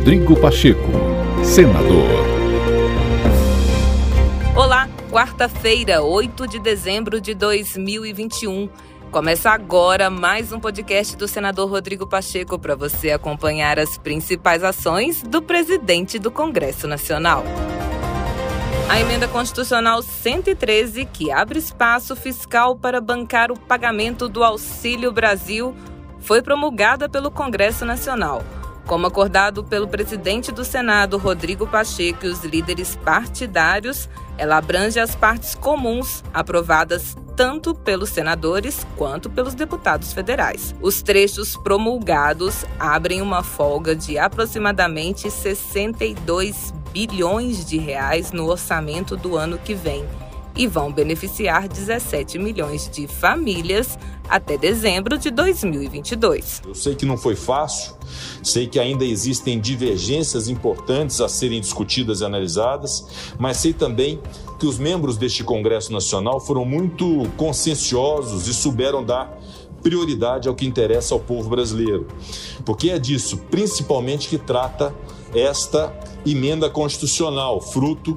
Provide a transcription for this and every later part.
Rodrigo Pacheco, senador. Olá, quarta-feira, 8 de dezembro de 2021. Começa agora mais um podcast do senador Rodrigo Pacheco para você acompanhar as principais ações do presidente do Congresso Nacional. A emenda constitucional 113, que abre espaço fiscal para bancar o pagamento do Auxílio Brasil, foi promulgada pelo Congresso Nacional. Como acordado pelo presidente do Senado, Rodrigo Pacheco, e os líderes partidários, ela abrange as partes comuns aprovadas tanto pelos senadores quanto pelos deputados federais. Os trechos promulgados abrem uma folga de aproximadamente 62 bilhões de reais no orçamento do ano que vem e vão beneficiar 17 milhões de famílias até dezembro de 2022. Eu sei que não foi fácil, sei que ainda existem divergências importantes a serem discutidas e analisadas, mas sei também que os membros deste Congresso Nacional foram muito conscienciosos e souberam dar prioridade ao que interessa ao povo brasileiro, porque é disso, principalmente, que trata esta emenda constitucional, fruto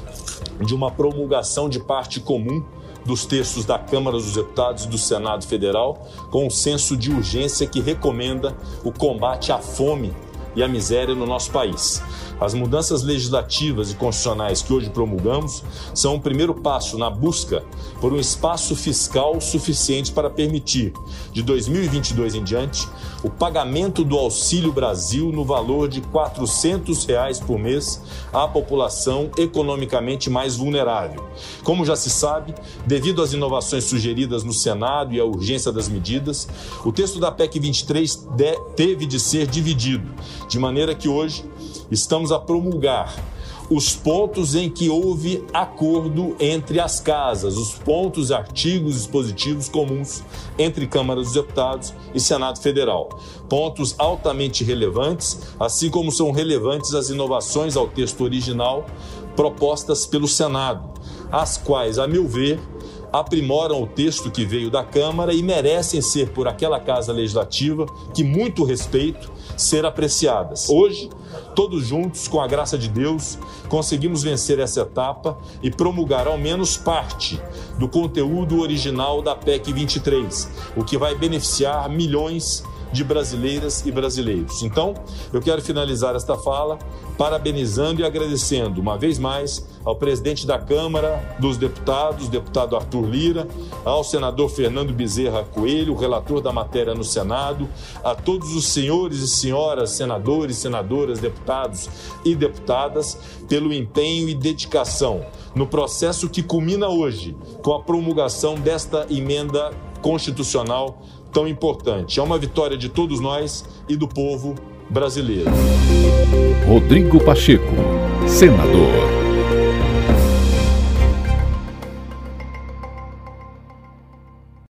de uma promulgação de parte comum dos textos da Câmara dos Deputados e do Senado Federal, com um senso de urgência que recomenda o combate à fome e à miséria no nosso país. As mudanças legislativas e constitucionais que hoje promulgamos são o primeiro passo na busca por um espaço fiscal suficiente para permitir, de 2022 em diante, o pagamento do Auxílio Brasil no valor de R$ 400 por mês à população economicamente mais vulnerável. Como já se sabe, devido às inovações sugeridas no Senado e à urgência das medidas, o texto da PEC 23 teve de ser dividido, de maneira que hoje estamos a promulgar os pontos em que houve acordo entre as casas, os pontos, artigos, dispositivos comuns entre Câmara dos Deputados e Senado Federal. Pontos altamente relevantes, assim como são relevantes as inovações ao texto original propostas pelo Senado, as quais, a meu ver, aprimoram o texto que veio da Câmara e merecem ser, por aquela Casa Legislativa, que muito respeito, ser apreciadas. Hoje, todos juntos, com a graça de Deus, conseguimos vencer essa etapa e promulgar ao menos parte do conteúdo original da PEC 23, o que vai beneficiar milhões de brasileiras e brasileiros. Então, eu quero finalizar esta fala parabenizando e agradecendo uma vez mais ao presidente da Câmara dos Deputados, deputado Arthur Lira, ao senador Fernando Bezerra Coelho, relator da matéria no Senado, a todos os senhores e senhoras senadores, senadoras, deputados e deputadas pelo empenho e dedicação no processo que culmina hoje com a promulgação desta emenda constitucional tão importante. É uma vitória de todos nós e do povo brasileiro. Rodrigo Pacheco, senador.